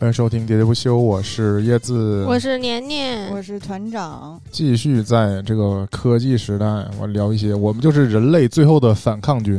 欢迎收听喋喋不休，我是叶子， 我是年年， 我是团长。 继续在这个科技时代，我聊一些，我们就是人类最后的反抗军。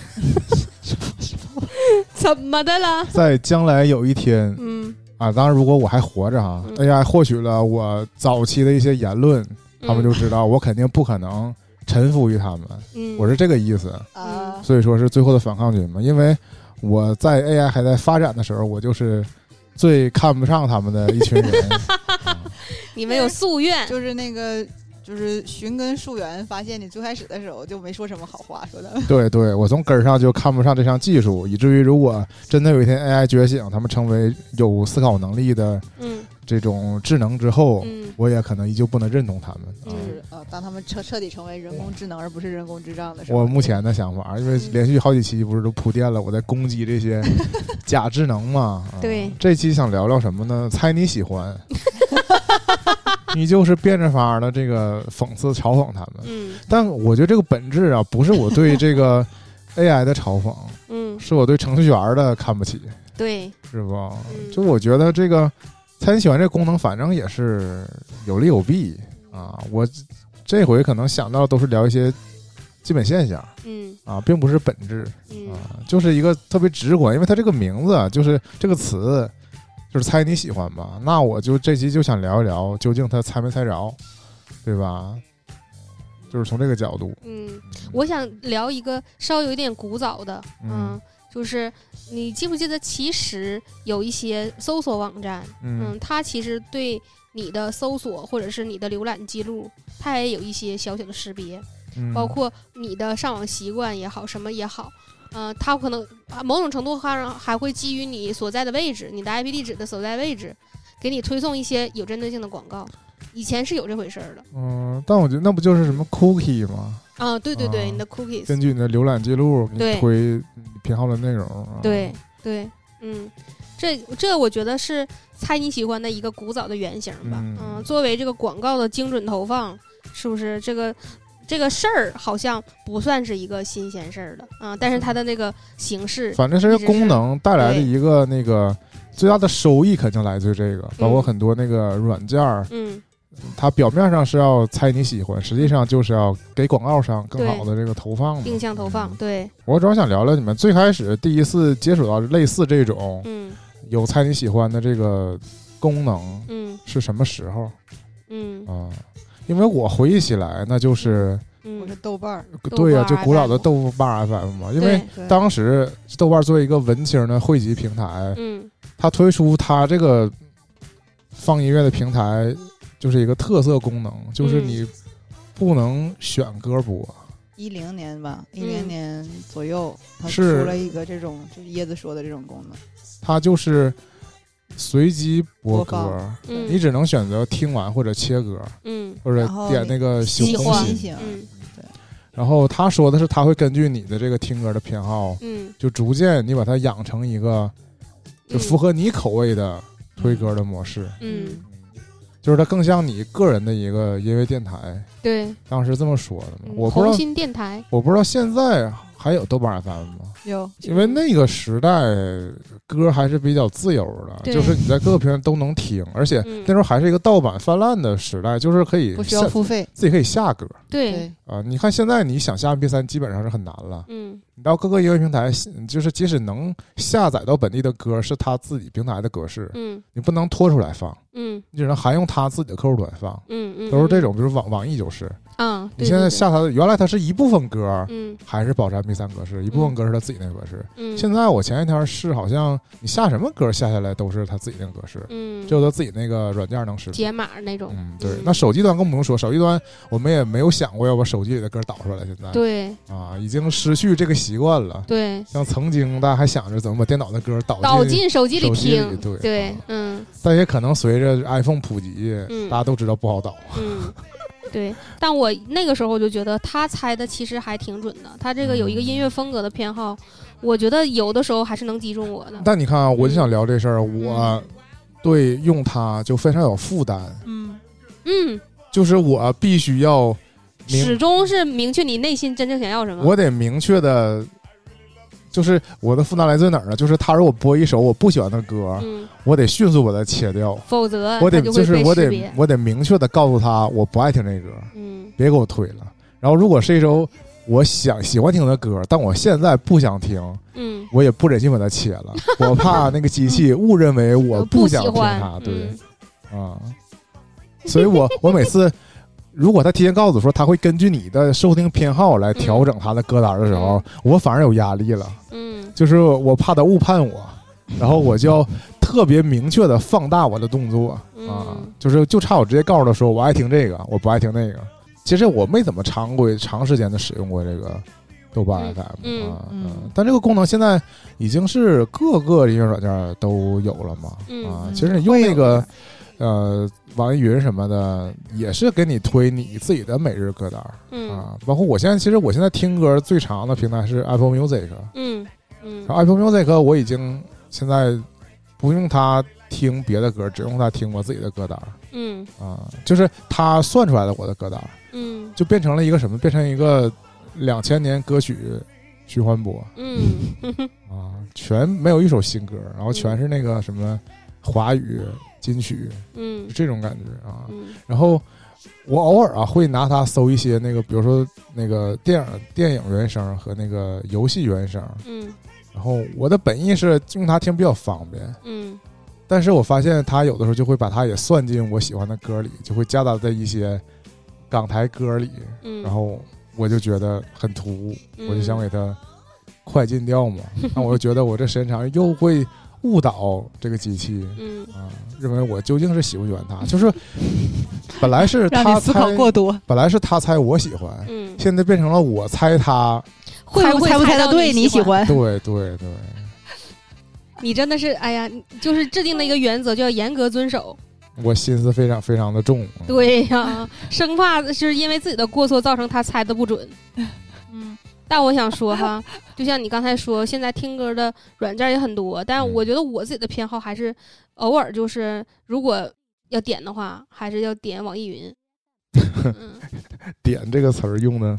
怎么的了？ 在将来有一天，当然如果我还活着哈，AI 获取了我早期的一些言论，他们就知道我肯定不可能臣服于他们。我是这个意思啊，所以说是最后的反抗军嘛，因为我在 AI 还在发展的时候，我就是最看不上他们的一群人。 你们有夙愿， 就是那个就是寻根溯源，发现你最开始的时候就没说什么好话，说的。 对对，我从根儿上就看不上这项技术，以至于如果真的有一天 AI 觉醒，他们成为有思考能力的这种智能之后，我也可能依旧不能认同他们。 就是当他们彻底成为人工智能而不是人工智障的时候。 我目前的想法，因为连续好几期不是都铺垫了我在攻击这些假智能嘛？ 对， 这期想聊聊什么呢？猜你喜欢。你就是变着法的这个讽刺嘲讽他们，但我觉得这个本质啊，不是我对这个 AI 的嘲讽，是我对程序员的看不起， 对， 是不？就我觉得这个猜你喜欢这个功能，反正也是有利有弊啊。我这回可能想到都是聊一些基本现象，并不是本质，就是一个特别直观，因为它这个名字就是这个词。就是猜你喜欢吧，那我就这期就想聊一聊，究竟他猜没猜着，对吧？就是从这个角度。 我想聊一个稍微有一点古早的，就是你记不记得，其实有一些搜索网站，它其实对你的搜索或者是你的浏览记录，它也有一些小小的识别，包括你的上网习惯也好，什么也好。它可能某种程度上还会基于你所在的位置，你的 IP 地址的所在位置，给你推送一些有针对性的广告。以前是有这回事儿的。 但我觉得那不就是什么 cookie 吗？ 对对对，你的 cookies 根据你的浏览记录给你推你偏好的内容。 对对，这我觉得是猜你喜欢的一个古早的原型吧。作为这个广告的精准投放，是不是这个事儿好像不算是一个新鲜事儿的但是它的那个形式， 反正是功能带来的一个那个最大的收益肯定来自于这个，包括很多那个软件它表面上是要猜你喜欢，实际上就是要给广告上更好的这个投放， 定向投放。对， 我主要想聊聊你们最开始第一次接触到类似这种有猜你喜欢的这个功能是什么时候？因为我回忆起来，那就是我是豆瓣， 对呀，就古老的豆瓣 FM 嘛。因为当时豆瓣作为一个文青的汇集平台，它推出它这个放音乐的平台，就是一个特色功能，就是你不能选歌播。 10年吧，10年左右，它出了一个这种，就是椰子说的这种功能，它就是随机播歌，你只能选择听完或者切歌，或者点那个小红心， 对。 然后他说的是，他会根据你的这个听歌的偏好，就逐渐你把它养成一个就符合你口味的推歌的模式，就是它更像你个人的一个音乐电台。 对， 当时这么说的嘛。我不知道红心电台， 我不知道现在还有豆瓣 FM 吗？ 有， 因为那个时代歌还是比较自由的，就是你在各个平台都能听，而且那时候还是一个盗版泛滥的时代，就是可以不需要付费， 自己可以下歌。 对你看现在你想下 MP3 基本上是很难了。你到各个音乐平台，就是即使能下载到本地的歌，是他自己平台的格式，你不能拖出来放，你只能含用他自己的客户端放，都是这种，比如网易就是。你现在下它的原来它是一部分歌，还是保持 MP3 格式，一部分歌是它自己那个格式。现在我前一天是好像你下什么歌下下来都是它自己那个格式，只有它自己那个软件能识别解码那种。 对。那手机端更不用说，手机端我们也没有想过要把手机里的歌导出来，现在对已经失去这个习惯了。 对， 像曾经大家还想着怎么把电脑的歌导进手机里听， 对，但也可能随着 iPhone 普及，大家都知道不好导。 对，但我那个时候就觉得他猜的其实还挺准的，他这个有一个音乐风格的偏好，我觉得有的时候还是能击中我的。 但你看啊，我就想聊这事儿，我对用它就非常有负担。就是我必须要始终是明确你内心真正想要什么， 我得明确的就是我的负担来自哪儿呢？就是他如果播一首我不喜欢的歌，我得迅速把它切掉， 否则我得明确的告诉他我不爱听这歌，别给我推了。然后如果是一首我喜欢听的歌，但我现在不想听，我也不忍心把它切了，我怕那个机器误认为我不想听它，对，所以我每次。如果他提前告诉说他会根据你的收听偏好来调整他的歌单的时候，我反而有压力了。就是我怕他误判我，然后我就要特别明确的放大我的动作就差我直接告诉他说我爱听这个，我不爱听那个。其实我没怎么长时间的使用过这个豆瓣 FM 但这个功能现在已经是各个音乐软件都有了嘛其实你用那个。网易云什么的也是给你推你自己的每日歌单包括我现在听歌最长的平台是 Apple Music Apple Music 我已经现在不用它听别的歌，只用它听我自己的歌单就是它算出来的我的歌单就变成了一个什么，变成一个2000年歌曲循环播全没有一首新歌，然后全是那个什么华语金曲这种感觉然后我偶尔会拿它搜一些那个比如说那个电影原声和那个游戏原声然后我的本意是用它听比较方便但是我发现它有的时候就会把它也算进我喜欢的歌里，就会夹杂在一些港台歌里然后我就觉得很突兀我就想给它快进掉嘛那我就觉得我这时间长又会误导这个机器认为我究竟是喜不喜欢它，就是本来是他思考过多， 本来是他猜我喜欢现在变成了我猜他会不会猜到对你喜欢对你真的是哎呀，就是制定了一个原则，就要严格遵守。 我心思非常非常的重对呀生怕是因为自己的过错造成他猜的不准但我想说哈，就像你刚才说，现在听歌的软件也很多，但我觉得我自己的偏好还是偶尔就是如果要点的话，还是要点网易云。 点这个词儿用的，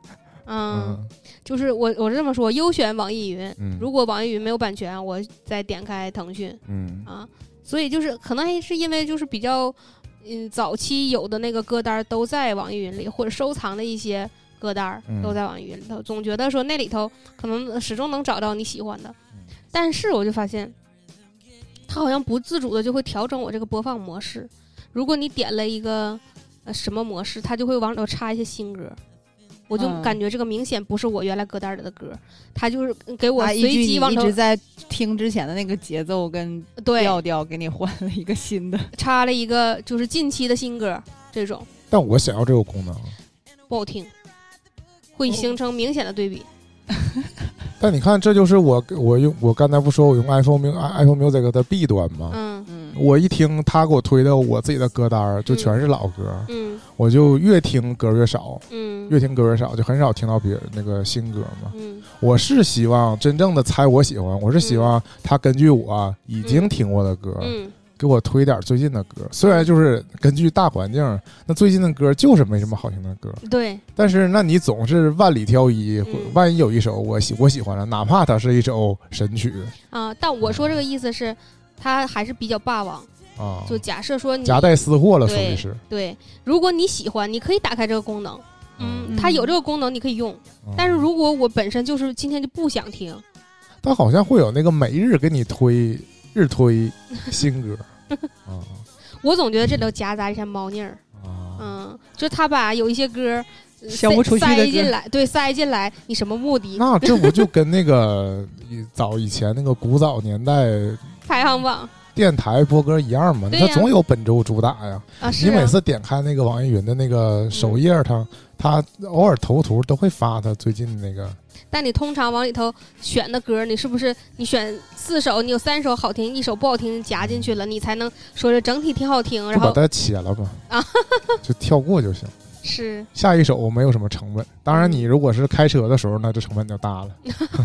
就是我是这么说，优选网易云。如果网易云没有版权，我再点开腾讯。所以就是可能还是因为就是比较早期有的那个歌单都在网易云里，或者收藏的一些。歌单都在网易云里头，总觉得说那里头可能始终能找到你喜欢的，但是我就发现它好像不自主的就会调整我这个播放模式。如果你点了一个什么模式，它就会往里头插一些新歌，我就感觉这个明显不是我原来歌单里的歌，它就是给我随机往头一直在听之前的那个节奏跟调调给你换了一个新的， 插了一个就是近期的新歌这种。 但我想要这个功能不好听，会形成明显的对比。 但你看，这就是我刚才不说我用 iPhone Music 的弊端吗？我一听他给我推的我自己的歌单，就全是老歌，我就越听歌越少，越听歌越少，就很少听到别人那个新歌嘛。我是希望真正的猜我喜欢，我是希望他根据我已经听过的歌。给我推点最近的歌，虽然就是根据大环境，那最近的歌就是没什么好听的歌。 对， 但是那你总是万里挑一，万一有一首我喜欢了，哪怕它是一首神曲但我说这个意思是，它还是比较霸王就假设说你夹带私货了，属于是。 对，如果你喜欢，你可以打开这个功能，它有这个功能你可以用。但是如果我本身就是今天就不想听， 它好像会有那个每日给你日推新歌我总觉得这里头夹杂一些猫腻儿就他把有一些歌消不出去的塞进来，对，塞进来，你什么目的？ 那这不就跟那个以前那个古早年代排行榜电台播歌一样嘛？它总有本周主打呀。你每次点开那个网易云的那个首页，它偶尔头图都会发它最近的那个。 但你通常往里头选的歌，你是不是你选4首，你有3首好听，1首不好听夹进去了，你才能说是整体挺好听，然后就把它切了吧就跳过就行。 是下一首没有什么成本，当然你如果是开车的时候呢，这成本就大了。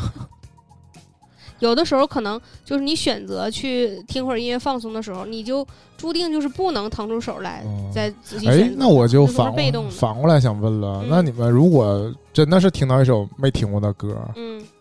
有的时候可能就是你选择去听会儿音乐放松的时候，你就注定就是不能腾出手来再仔细选择。 那我就反过来想问了，那你们如果真的是听到一首没听过的歌，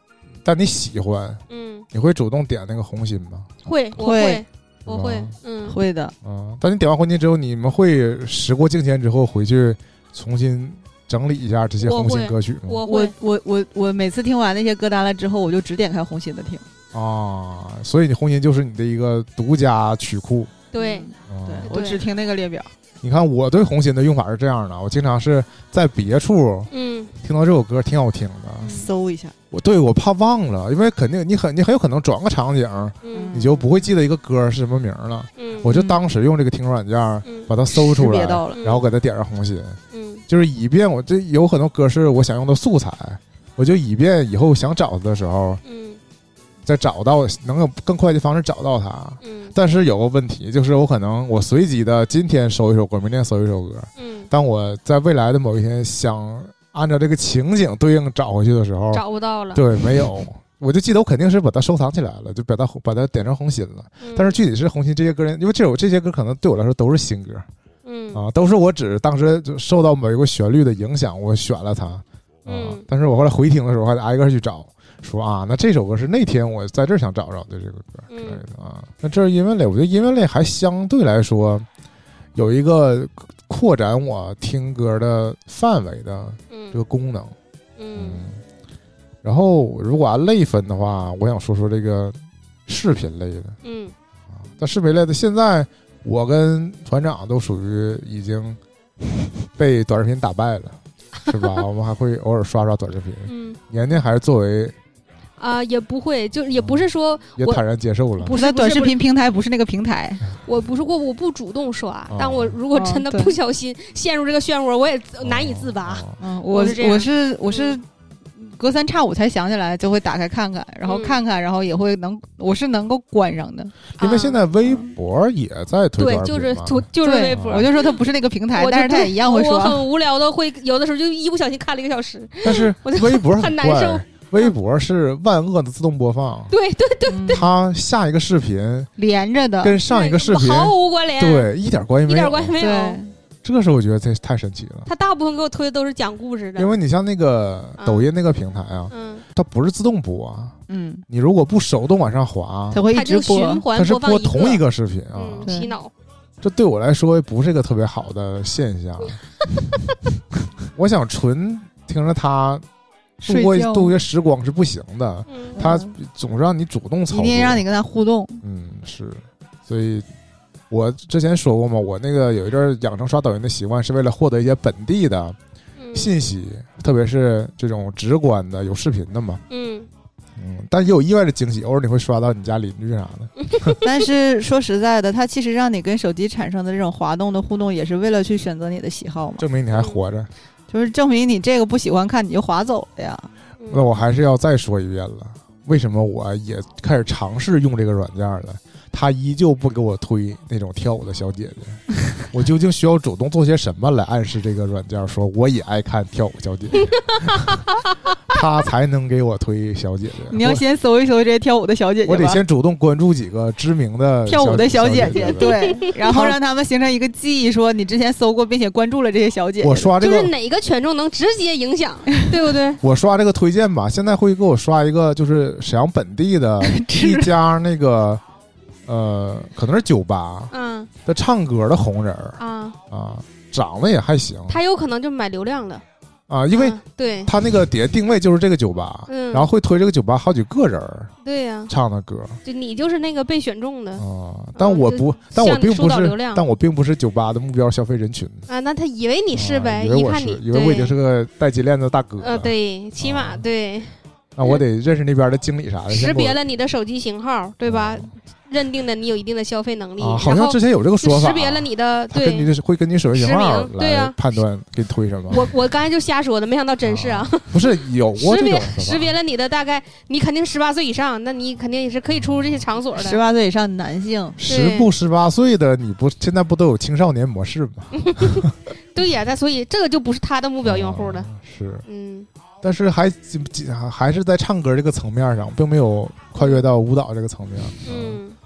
但你喜欢，你会主动点那个红心吗？ 会，我会， 会的， 但你点完红心之后，你们会时过境迁之后回去重新整理一下这些红心歌曲吗？ 我每次听完那些歌单了之后，我就只点开红心的听啊，所以你红心就是你的一个独家曲库。 对， 我只听那个列表。 你看我对红心的用法是这样的，我经常是在别处听到这首歌挺好听的， 搜一下。 我怕忘了，因为肯定你很有可能转个场景，你就不会记得一个歌是什么名了。我就当时用这个听软件把它搜出来，然后给它点上红心，就是以便我这有很多歌是我想用的素材，我就以便以后想找它的时候，再找到能有更快的方式找到它。但是有个问题就是我可能我随机的今天搜一首歌，明天搜一首歌，当我在未来的某一天想按照这个情景对应找回去的时候， 找不到了。 对，没有，我就记得我肯定是把它收藏起来了，就把它点成红心了。但是具体是红心这些歌，因为这些歌可能对我来说都是新歌，都是我只当时就受到某一个旋律的影响，我选了它，但是我后来回听的时候还得挨个去找。说啊，那这首歌是那天我在这儿想找着的这个歌之类的啊。那这是音乐类，我觉得音乐类还相对来说有一个扩展我听歌的范围的这个功能。然后如果按类分的话，我想说说这个视频类的。但视频类的现在我跟团长都属于已经被短视频打败了，是吧？我们还会偶尔刷刷短视频。年年还是作为。 也不会，就也不是说也坦然接受了。 不是短视频平台，不是那个平台。 我不主动刷，但我如果真的不小心陷入这个漩涡，我也难以自拔。我是隔三差五才想起来，就会打开看看，然后看看，然后也会我是能够关上的。 因为现在微博也在推短视频， 对，就是微博。 我就说它不是那个平台，但是它也一样会刷。 我很无聊的会有的时候就一不小心看了1个小时。 但是微博很难受。 微博是万恶的自动播放， 对， 它下一个视频连着的， 跟上一个视频毫无关联， 对，一点关系没有， 一点关系没有。 这个是我觉得这太神奇了。 它大部分给我推的都是讲故事的， 因为你像那个抖音那个平台啊，它不是自动播啊，你如果不手动往上滑， 它会一直播， 它是播同一个视频啊， 洗脑。 这对我来说不是一个特别好的现象。我想纯听着它。度过时光是不行的，他总是让你主动操作， 一定让你跟他互动。 是，所以我之前说过嘛，我那个有一阵养成刷抖音的习惯，是为了获得一些本地的信息，特别是这种直观的有视频的嘛。但也有意外的惊喜，偶尔你会刷到你家邻居啥的。 但是说实在的，它其实让你跟手机产生的这种滑动的互动，也是为了去选择你的喜好嘛， 证明你还活着。 就是证明你这个不喜欢看，你就划走了呀。 那我还是要再说一遍了，为什么我也开始尝试用这个软件了，他依旧不给我推那种跳舞的小姐姐？我究竟需要主动做些什么来暗示这个软件说我也爱看跳舞小姐姐？他才能给我推小姐姐。 你要先搜一搜这些跳舞的小姐姐吧， 我得先主动关注几个知名的跳舞的小姐姐，对，然后让他们形成一个记忆，说你之前搜过并且关注了这些小姐姐。 我刷这个就是哪个权重能直接影响，对不对？ 我刷这个推荐吧，现在会给我刷一个就是沈阳本地的一家那个可能是酒吧的唱歌的红人长得也还行， 他有可能就买流量的。 因为对他那个底下定位就是这个酒吧，然后会推这个酒吧好几个人， 对呀， 唱的歌， 就你就是那个被选中的但我并不是酒吧的目标消费人群那他以为你是呗， 以为我已经是个戴金链子的大哥， 对，起码对。 那我得认识那边的经理啥的， 识别了你的手机型号，对吧？认定的你有一定的消费能力好像之前有这个说法， 识别了你的，对， 会跟你手机型号来判断给你推什么。 我刚才就瞎说的，没想到真是不是有过这种识别了你的大概，你肯定18岁以上，那你肯定也是可以出入这些场所的。 18岁以上男性 ，10不18岁的你不现在不都有青少年模式吗？ 对呀，那所以这个就不是他的目标用户了。 是，但是还是在唱歌这个层面上，并没有跨越到舞蹈这个层面。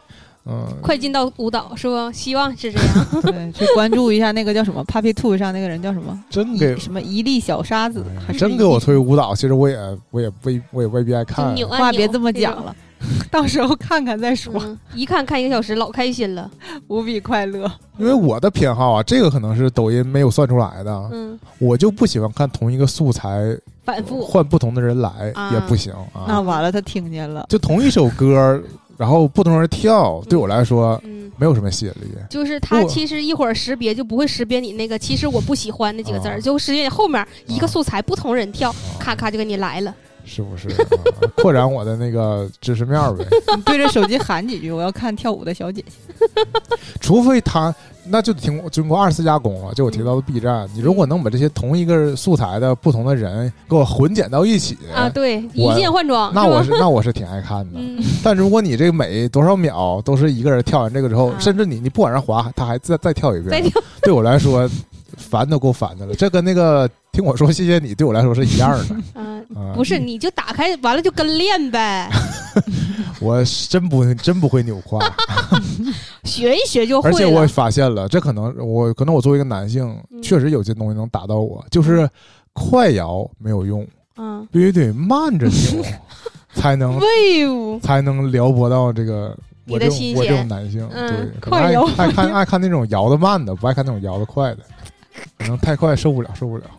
快进到舞蹈是不？希望是这样。 对，去关注一下那个叫什么 Papi Two 上那个人叫什么？ 真给什么一粒小沙子？ 真给我推舞蹈，其实我也未必爱看。 话别这么讲了，到时候看看再说。 一看1个小时，老开心了， 无比快乐。 因为我的偏好啊，这个可能是抖音没有算出来的。我就不喜欢看同一个素材反复换不同的人来也不行啊。 那完了，他听见了， 就同一首歌。然后不同人跳，对我来说，没有什么吸引力。 就是他其实一会儿识别就不会识别你那个，其实我不喜欢那几个字儿，就识别你后面一个素材，不同人跳，咔咔就给你来了。 是不是？扩展我的那个知识面呗。 你对着手机喊几句，我要看跳舞的小姐姐。 除非他，那就经过24加工了。就我提到的 B 站，你如果能把这些同一个素材的不同的人给我混剪到一起啊，对，一键换装， 那我是挺爱看的。但如果你这个每多少秒都是一个人跳完这个之后，甚至你不往上滑，他还再跳一遍，对我来说烦都够烦的了。这跟那个听我说谢谢你对我来说是一样的。 不是，你就打开完了就跟练呗。 我真不会扭胯， 学一学就会了。 而且我发现了，这可能我作为一个男性，确实有些东西能打到我，就是快摇没有用，必须得慢着扭，才能撩拨到这个我这种男性。对， 快摇爱看那种摇的慢的，不爱看那种摇的快的，可能太快受不了。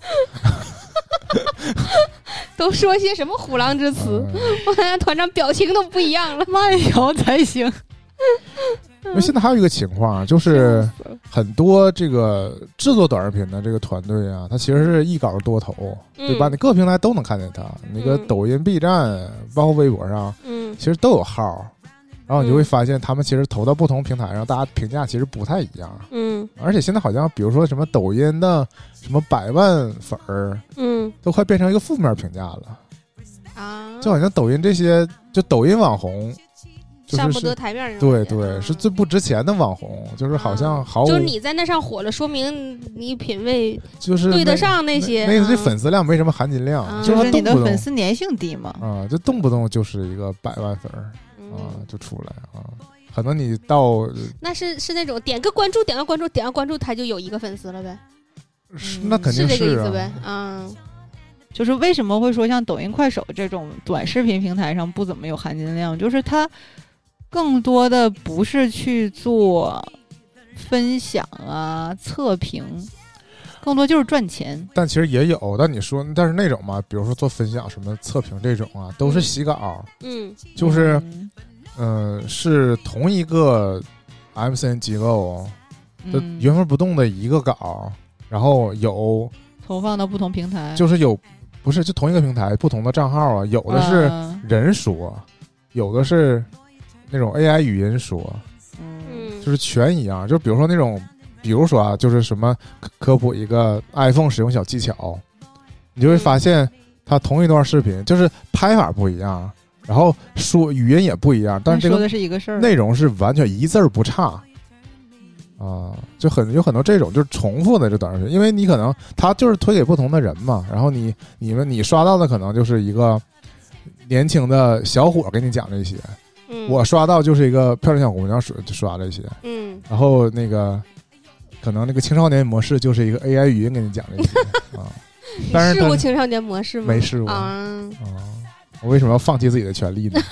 都说些什么虎狼之词？我看团长表情都不一样了， 慢摇才行。 因为现在还有一个情况，就是很多这个制作短视频的这个团队啊，它其实是一稿多投，对吧？你各平台都能看见它，那个抖音、B 站，包括微博上，其实都有号。然后你就会发现，他们其实投到不同平台上，大家评价其实不太一样。而且现在好像，比如说什么抖音的什么100万粉儿，都快变成一个负面评价了啊！就好像抖音这些，就抖音网红， 上不得台面儿。 对，是最不值钱的网红，就是好像就是你在那上火了，说明你品味就是对得上那些。 那个粉丝量没什么含金量， 就是你的粉丝粘性低嘛。 就动不动就是一个100万粉儿。就出来啊！可能你到那是那种点个关注，他就有1个粉丝了呗。 那肯定是这个意思呗。 就是为什么会说像抖音、快手这种短视频平台上不怎么有含金量，就是它更多的不是去做分享啊、测评，更多就是赚钱。 但其实也有，但你说，但是那种嘛，比如说做分享、什么测评这种啊，都是洗稿。就是。是同一个 MCN 机构的原封不动的一个稿，然后有投放到不同平台， 就是不是就同一个平台不同的账号啊，有的是人说，有的是那种 AI 语音说，就是全一样。就比如说那种，比如说啊，就是什么科普一个 iPhone 使用小技巧，你就会发现它同一段视频就是拍法不一样。然后说语音也不一样，但是这个说的是一个事儿， 内容是完全一字不差啊，就有很多这种就是重复的这短视频，因为你可能他就是推给不同的人嘛，然后你刷到的可能就是一个年轻的小伙给你讲这些，我刷到就是一个漂亮小姑娘刷这些，然后那个可能那个青少年模式就是一个 AI 语音给你讲这些啊，但是试过青少年模式吗？ 没试过我为什么要放弃自己的权利呢？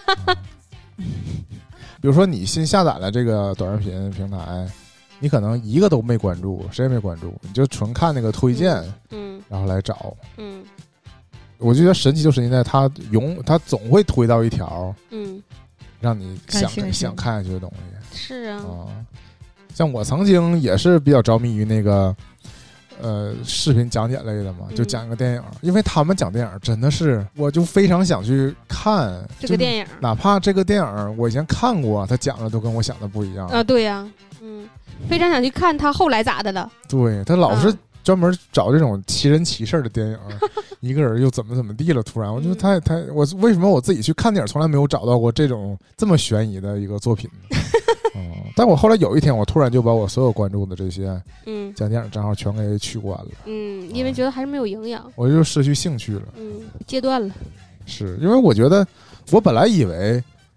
比如说你新下载了这个短视频平台，你可能一个都没关注，谁也没关注，你就纯看那个推荐，然后来找，我觉得神奇就神奇在它总会推到一条，让你想看下去的东西。 是啊， 像我曾经也是比较着迷于那个。视频讲解类的嘛，就讲一个电影，因为他们讲电影真的是，我就非常想去看这个电影， 哪怕这个电影我以前看过，他讲的都跟我想的不一样啊。对呀，非常想去看他后来咋的了。 对，他老是专门找这种奇人奇事的电影，一个人又怎么地了，突然我觉得我为什么我自己去看电影从来没有找到过这种这么悬疑的一个作品呢？但我后来有一天，我突然就把我所有关注的这些讲电影账号全给取关了。 因为觉得还是没有营养， 我就失去兴趣了。 戒断了。 是因为我觉得，我本来以为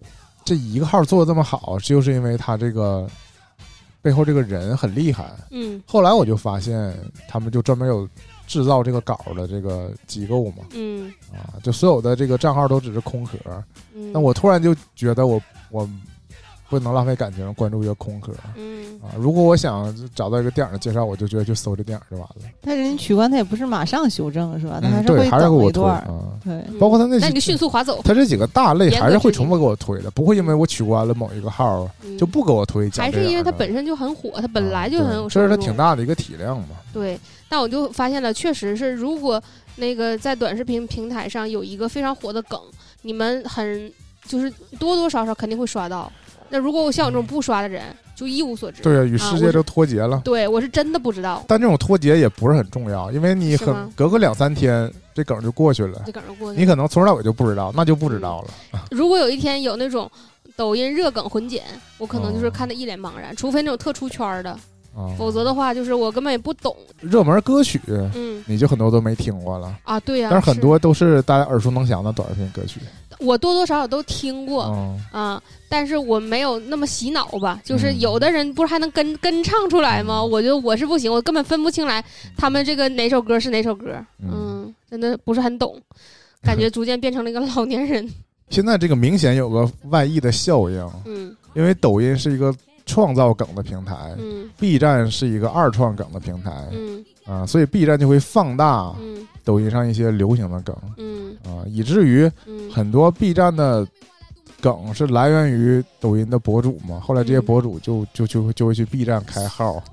这一个号做的这么好，就是因为他这个背后这个人很厉害。后来我就发现他们就专门有制造这个稿的这个机构嘛。就所有的这个账号都只是空壳。那我突然就觉得我不能浪费感情关注一个空壳。如果我想找到一个电影的介绍，我就觉得去搜这电影就完了。 但人取关他也不是马上修正是吧？他还是会等一段。 对，包括他那你就迅速滑走。 他这几个大类还是会重复给我推的，不会因为我取关了某一个号就不给我推。 还是因为它本身就很火，它本来就很有这是它挺大的一个体量嘛。 对，但我就发现了，确实是如果那个在短视频平台上有一个非常火的梗，你们就是多多少少肯定会刷到。那如果像我这种不刷的人，就一无所知。 对啊，与世界就脱节了。 对，我是真的不知道。 但这种脱节也不是很重要，因为你隔个2-3天，这梗就过去了。 这梗就过去了， 你可能从头到尾就不知道，那就不知道了。 如果有一天有那种抖音热梗混剪，我可能就是看得一脸茫然，除非那种特出圈的。否则的话，就是我根本也不懂热门歌曲，你就很多都没听过了啊。对呀， 但是很多都是大家耳熟能详的短视频歌曲， 我多多少少都听过但是我没有那么洗脑吧。就是有的人不是还能跟唱出来吗？我觉得我是不行，我根本分不清来他们这个哪首歌是哪首歌。真的不是很懂，感觉逐渐变成了一个老年人。 现在这个明显有个外溢的效应，因为抖音是一个创造梗的平台，B 站是一个二创梗的平台，所以 B 站就会放大抖音上一些流行的梗，以至于很多 B 站的梗是来源于抖音的博主嘛，后来这些博主就会去 B 站开号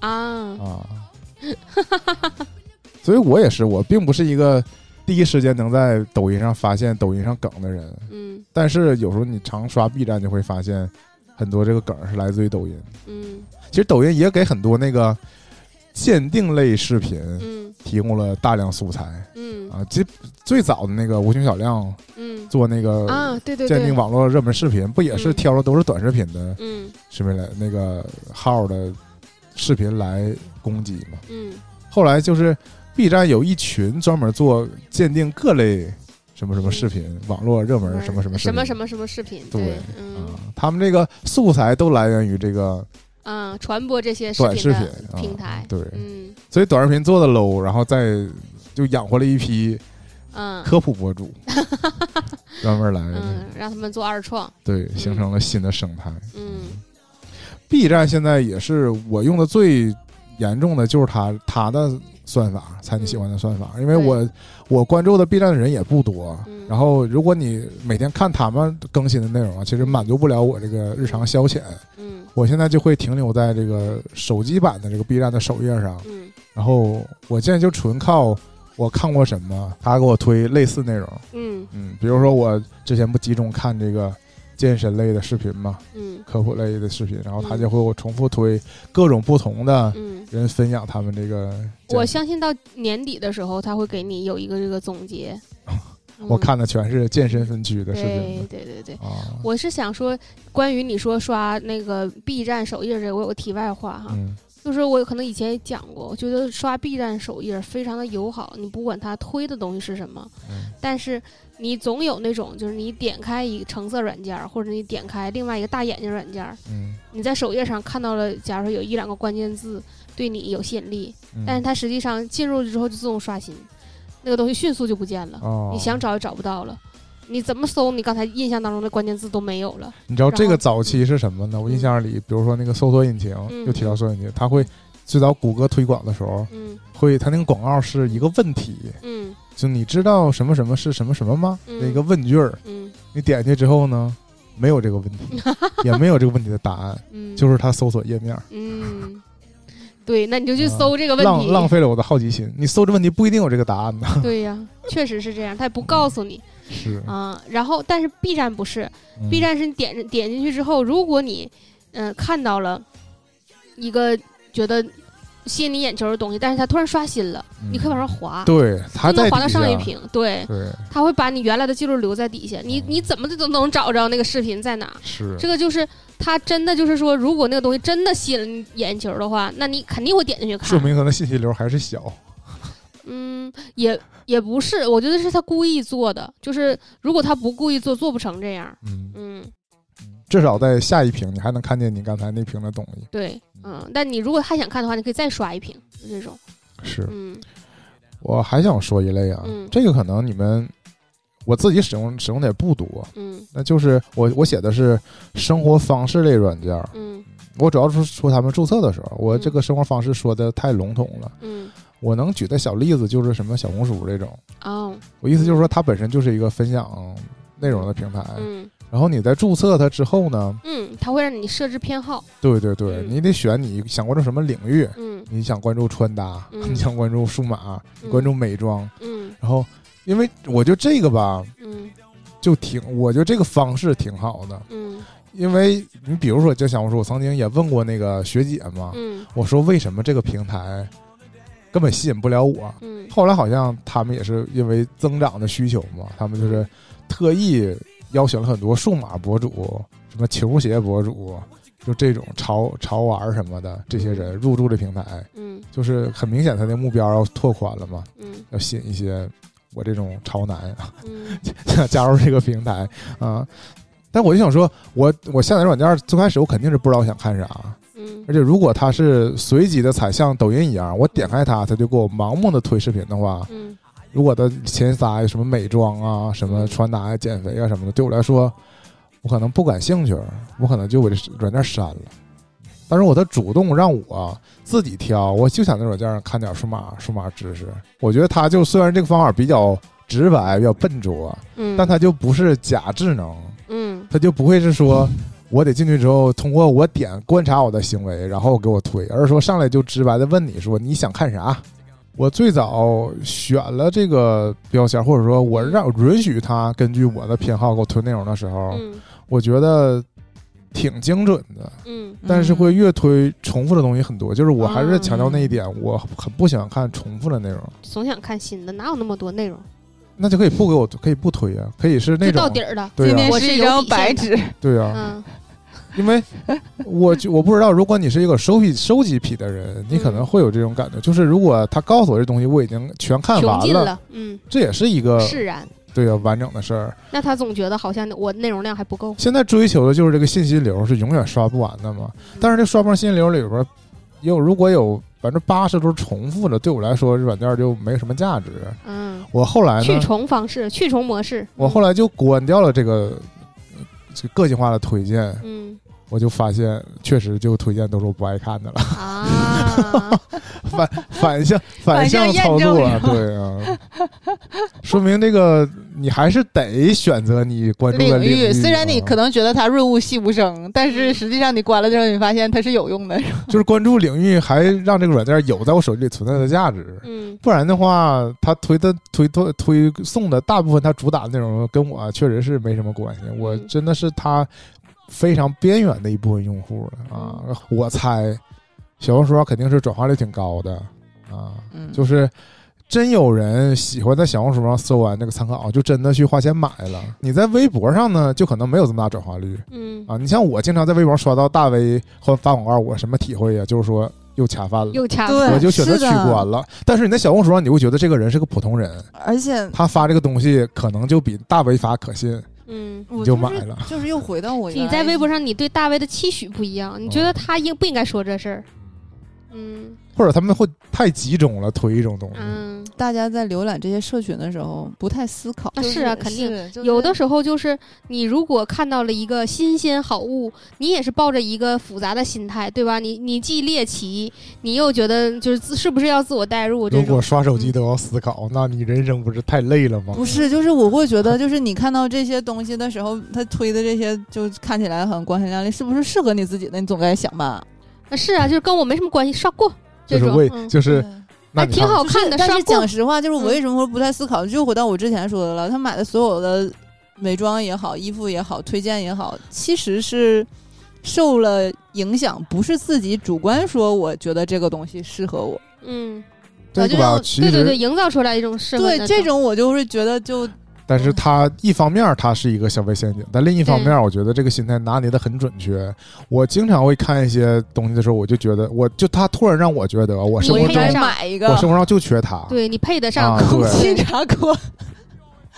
所以我也是，我并不是一个第一时间能在抖音上发现抖音上梗的人，但是有时候你常刷 B 站就会发现很多这个梗是来自于抖音。其实抖音也给很多那个鉴定类视频提供了大量素材。最早的那个无穷小亮做那个鉴定网络热门视频，不也是挑的都是短视频的视频来那个号的视频来攻击吗？后来就是 B 站有一群专门做鉴定各类什么什么视频，网络热门什么什么视频， 什么视频， 对，他们这个素材都来源于这个传播这些短视频平台， 对，所以短视频做的 low， 然后再就养活了一批科普博主，专门来让他们做二创， 对，形成了新的生态。B 站现在也是我用的最严重的就是它的算法，猜你喜欢的算法，因为我关注的 B 站的人也不多，然后如果你每天看他们更新的内容其实满足不了我这个日常消遣，我现在就会停留在这个手机版的这个 B 站的首页上，然后我现在就纯靠我看过什么，他给我推类似内容，比如说我之前不集中看这个健身类的视频嘛，科普类的视频，然后他就会我重复推各种不同的人分享他们这个。 我相信到年底的时候，他会给你有一个这个总结。 我看的全是健身分区的视频。 对，我是想说，关于你说刷那个 B 站首页这个，我有个题外话哈。就是我可能以前也讲过，我觉得刷 B 站首页非常的友好，你不管它推的东西是什么，但是你总有那种就是你点开一个橙色软件，或者你点开另外一个大眼睛软件，你在首页上看到了，假如说有1-2个关键字对你有吸引力，但是它实际上进入之后就自动刷新，那个东西迅速就不见了，你想找也找不到了。你怎么搜，你刚才印象当中的关键字都没有了。 你知道这个早期是什么呢？我印象里，比如说那个搜索引擎，又提到搜索引擎，它会最早谷歌推广的时候，会它那个广告是一个问题，就你知道什么什么是什么什么吗？那个问句儿，你点进去之后呢，没有这个问题，也没有这个问题的答案，就是它搜索页面。 对，那你就去搜这个问题， 浪费了我的好奇心。你搜这问题不一定有这个答案呢。 对呀，确实是这样，他也不告诉你。 是然后但是 B 站不是，B 站是你点进去之后，如果你看到了一个觉得吸引你眼球的东西，但是它突然刷新了，你可以往上滑， 对，它能滑到上一屏，对， 它会把你原来的记录留在底下，你怎么都能找着那个视频在哪。 是这个就是它真的就是说，如果那个东西真的吸引了你眼球的话，那你肯定会点进去看， 说明它的信息流还是小。 也不是，我觉得是他故意做的，就是如果他不故意做，做不成这样。 至少在下一屏你还能看见你刚才那屏的东西。 对，但你如果还想看的话，你可以再刷一屏，就这种。 是，我还想说一类啊，这个可能你们我自己使用的也不多，那就是我写的是生活方式类软件，我主要是说他们注册的时候，我这个生活方式说的太笼统了，我能举的小例子就是什么小红书这种，我意思就是说它本身就是一个分享内容的平台，然后你在注册它之后呢， 它会让你设置偏好， 对对对，你得选你想关注什么领域，你想关注穿搭，你想关注数码，你关注美妆，然后因为我觉得这个吧，我觉得这个方式挺好的，因为你比如说就小红书，我曾经也问过那个学姐嘛，我说为什么这个平台根本吸引不了我，后来好像他们也是因为增长的需求嘛，他们就是特意邀请了很多数码博主，什么球鞋博主，就这种潮玩什么的这些人入驻这平台，就是很明显他的目标要拓宽了嘛，要吸引一些我这种潮男加入这个平台啊。但我就想说，我下载软件最开始我肯定是不知道想看啥，而且如果它是随机的采像抖音一样，我点开它就给我盲目的推视频的话，如果的前仨有什么美妆啊、什么穿搭啊、减肥啊什么的，对我来说我可能不感兴趣，我可能就把这软件删了。但是我的主动让我自己挑，我就想在软件上看点数码知识。我觉得它就虽然这个方法比较直白、比较笨拙，但它就不是假智能，它就不会是说我得进去之后通过我点观察我的行为，然后给我推，而是说上来就直白的问你说你想看啥。我最早选了这个标签，或者说我允许它根据我的偏好给我推内容的时候，我觉得挺精准的，但是会越推重复的东西很多，就是我还是强调那一点，我很不喜欢看重复的内容， 总想看新的，哪有那么多内容？ 那就可以可以不推啊，可以是那种到底儿的， 对啊， 今天是一张白纸， 对啊，因为我不知道，如果你是一个收集癖的人，你可能会有这种感觉，就是如果他告诉我这东西我已经全看完了，这也是一个释然。 对啊，完整的事儿。那他总觉得好像我内容量还不够。 现在追求的就是这个信息流是永远刷不完的嘛。但是这刷不完信息流里边如果有80%都是重复的，对我来说这软件就没什么价值。我后来呢， 去重模式， 我后来就关掉了这个个性化的推荐。我就发现确实就推荐都是我不爱看的了啊，反向操作啊，对啊，说明这个你还是得选择你关注的领域。 虽然你可能觉得它润物细无声，但是实际上你关了之后，你发现它是有用的。 就是关注领域还让这个软件有在我手机里存在的价值。不然的话，它推送的大部分它主打的内容跟我确实是没什么关系。我真的是它非常边缘的一部分用户了啊！我猜小红书上肯定是转化率挺高的啊，就是真有人喜欢在小红书上搜完那个参考，就真的去花钱买了。你在微博上呢，就可能没有这么大转化率。你像我经常在微博上刷到大 V 或发广告，我什么体会呀？就是说又恰饭了，我就选择取关了。但是你在小红书上，你会觉得这个人是个普通人， 而且他发这个东西可能就比大 V 发可信。你就买了， 就是又回到我。 你在微博上，你对大 V 的期许不一样，你觉得他不应该说这事儿， 或者他们会太集中了推一种东西。 大家在浏览这些社群的时候不太思考。 是啊，肯定有的时候就是你如果看到了一个新鲜好物，你也是抱着一个复杂的心态，对吧？你既猎奇，你又觉得是不是要自我代入？ 如果刷手机都要思考，那你人生不是太累了吗？ 不是，就是我会觉得，就是你看到这些东西的时候，他推的这些就看起来很光鲜亮丽，是不是适合你自己的？你总该想吧。 是啊，就是跟我没什么关系，刷过。 就是还挺好看的， 但是讲实话，就是我为什么不太思考，就回到我之前说的了，他买的所有的美妆也好，衣服也好，推荐也好，其实是受了影响，不是自己主观说我觉得这个东西适合我。 这个吧， 对，营造出来一种适合的。 对，这种我就会觉得但是它一方面它是一个消费陷阱，但另一方面我觉得这个心态拿捏的很准确。我经常会看一些东西的时候，我就觉得他突然让我觉得我生活中买一个， 我生活上就缺它。 对，你配得上空气炸锅。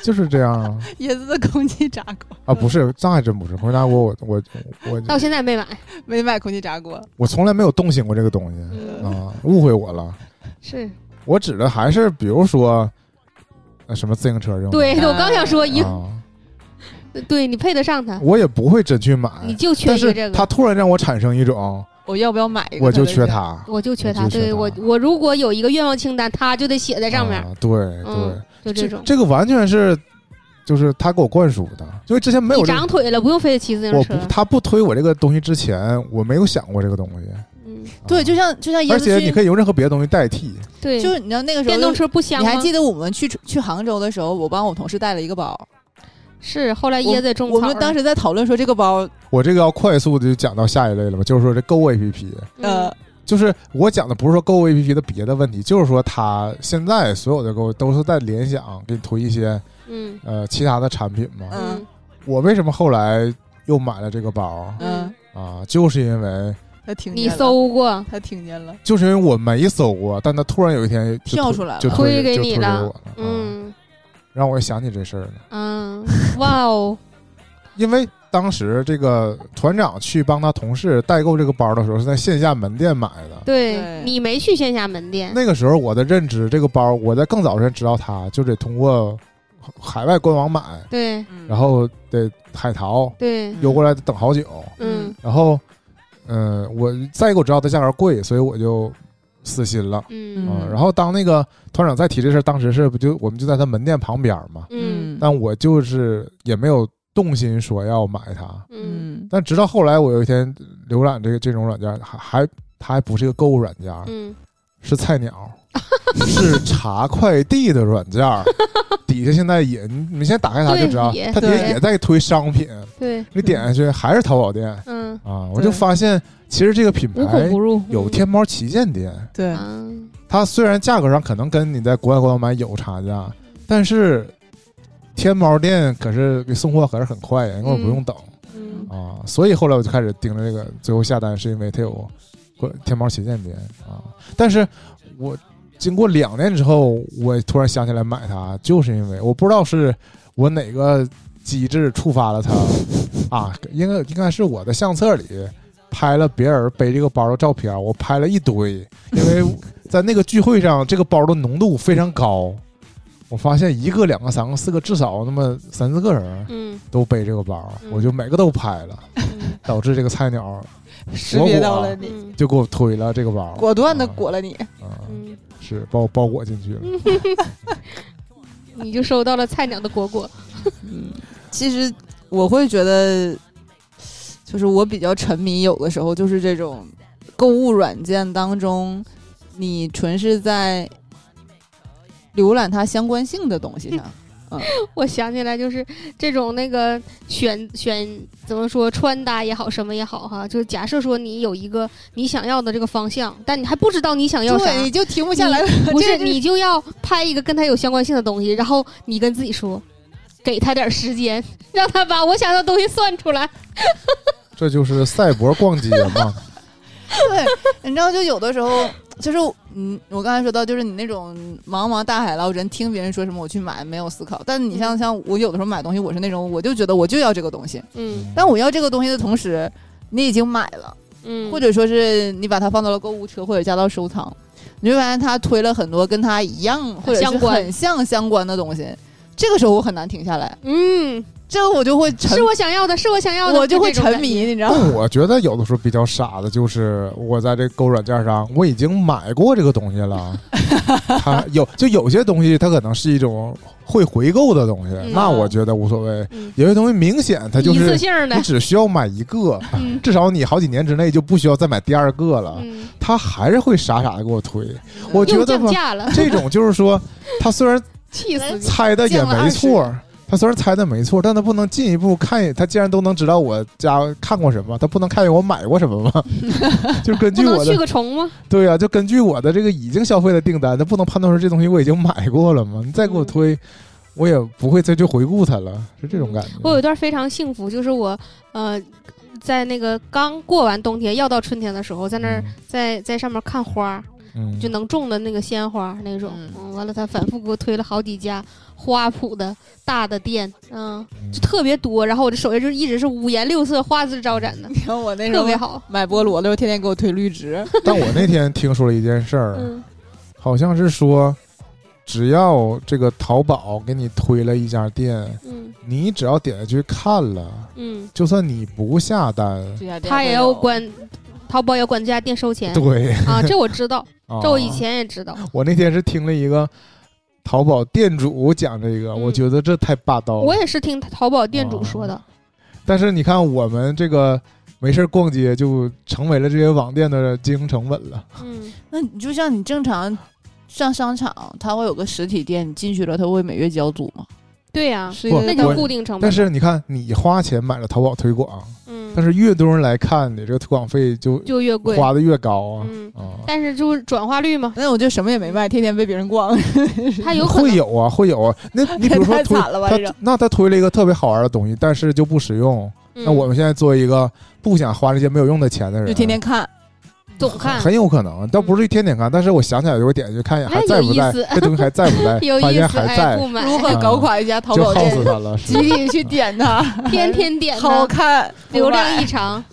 就是这样啊。 椰子的空气炸锅啊，不是，这还真不是空气炸锅，我到现在没买空气炸锅， 我从来没有动心过这个东西啊，误会我了。 是我指的还是比如说什么自行车这种。 对，我刚想说对你配得上它， 我也不会真去买， 你就缺一个这个。 他突然让我产生一种我要不要买一个， 我就缺它， 对，我如果有一个愿望清单，他就得写在上面。 对， 就这种， 这个完全是就是他给我灌输的，因为之前没有你长腿了，不用非得骑自行车。 他不推我这个东西之前，我没有想过这个东西。 对，就像而且你可以用任何别的东西代替。 对， 就是你知道那个时候电动车不香吗？ 你还记得我们去杭州的时候，我帮我同事带了一个包。 是，后来椰子种草。 我们当时在讨论说这个包， 我这个要快速的就讲到下一类了吧，就是说这购物 APP，就是我讲的不是说购物 APP 的别的问题，就是说它现在所有的购物都是在联想给你推一些其他的产品嘛。我为什么后来又买了这个包？就是因为他听见你搜过， 他听见了， 就是因为我没搜过，但他突然有一天跳出来了， 就推给你了，让我想起这事儿了。 哇哦！ 因为当时这个团长去帮他同事代购这个包的时候，是在线下门店买的。 对，你没去线下门店。 那个时候我的认知，这个包我在更早之前知道它，就得通过海外官网买。 对， 然后得海淘。 对， 邮过来等好久。然后我再一个我知道它价格贵，所以我就死心了。然后当那个团长再提这事，当时是我们就在他门店旁边嘛。但我就是也没有动心说要买它。但直到后来我有一天浏览这种软件，它还不是一个购物软件，是菜鸟，是查快递的软件。底下现在你们现在打开它就知道，它底下也在推商品。 对， 你点下去还是淘宝店。我就发现其实这个品牌有天猫旗舰店。 对， 它虽然价格上可能跟你在国外官网买有差价，但是天猫店可是给送货可是很快呀，根本不用等。所以后来我就开始盯着这个，最后下单是因为它有天猫旗舰店但是我经过2年之后，我突然想起来买它，就是因为我不知道是我哪个机制触发了它应该是我的相册里拍了别人背这个包的照片，我拍了一堆，因为在那个聚会上这个包的浓度非常高，我发现1个、2个、3个、4个，至少那么3、4个人都背这个包，我就每个都拍了，导致这个菜鸟识别到了你， 就给我推了这个包， 果断的裹了你， 是把我包裹进去了。 你就收到了菜鸟的果。 其实我会觉得，就是我比较沉迷，有的时候就是这种购物软件当中，你纯是在浏览它相关性的东西上。 我想起来，就是这种那个选怎么说，穿搭也好，什么也好哈，就假设说你有一个你想要的这个方向，但你还不知道你想要啥， 对，你就停不下来了。 不是，你就要拍一个跟它有相关性的东西，然后你跟自己说，给他点时间，让他把我想要的东西算出来。 这就是赛博逛街嘛。 对，你知道，就有的时候就是我刚才说到，就是你那种茫茫大海捞针，听别人说什么我去买，没有思考。但你像我有的时候买东西，我是那种我就觉得我就要这个东西，但我要这个东西的同时，你已经买了，或者说是你把它放到了购物车或者加到收藏，你会发现他推了很多跟他一样或者是很像相关的东西，这个时候我很难停下来。这个我就会是我想要的， 我就会沉迷，你知道吗？ 我觉得有的时候比较傻的就是我在这购物软件上我已经买过这个东西了。它有些东西它可能是一种会回购的东西，那我觉得无所谓。有些东西明显它就是一次性的， 你只需要买一个，至少你好几年之内就不需要再买第二个了。他还是会傻傻的给我推。我觉得这种就是说，他虽然猜的也没错。他虽然猜的没错，但他不能进一步看。他既然都能知道我家看过什么，他不能看见我买过什么吗？就根据我的不能去个虫吗？ 对啊，就根据我的这个已经消费的订单，他不能判断说这东西我已经买过了吗？你再给我推，我也不会再去回顾它了，是这种感觉。 我有一段非常幸福，就是我在那个刚过完冬天要到春天的时候，在那儿在上面看花。 就能种的那个鲜花那种。完了他反复给我推了好几家花圃的大的店，就特别多。然后我这首页就一直是五颜六色、花枝招展的。 你看我那时候特别好， 买菠萝的时候天天给我推绿植。 但我那天听说了一件事儿，好像是说，只要这个淘宝给你推了一家店，你只要点下去看了，就算你不下单， 他也要管。淘宝要管这家店收钱， 对啊，这我知道，这我以前也知道。 我那天是听了一个淘宝店主讲这个，我觉得这太霸道了。 我也是听淘宝店主说的。 但是你看，我们这个没事逛街就成为了这些网店的经营成本了。 那你就像你正常上商场，它会有个实体店，你进去了，它会每月交租吗？ 对呀，那叫固定成本。 但是你看，你花钱买了淘宝推广，但是越多人来看，你这个推广费就越贵， 花的越高啊。 但是就是转化率嘛。 那我就什么也没卖，天天被别人逛。 他有可能会有啊，会有啊。那你比如说太惨了吧， 那他推了一个特别好玩的东西，但是就不实用。那我们现在作为一个不想花这些没有用的钱的人， 就天天看。 总看很有可能，倒不至于天天看，但是我想起来我点进去看一眼，还在不在？这东西还在不在？ 发现还在。 如何搞垮一家淘宝店？ 就耗死他了， 集体去点它， 天天点它， 好看， 流量异常。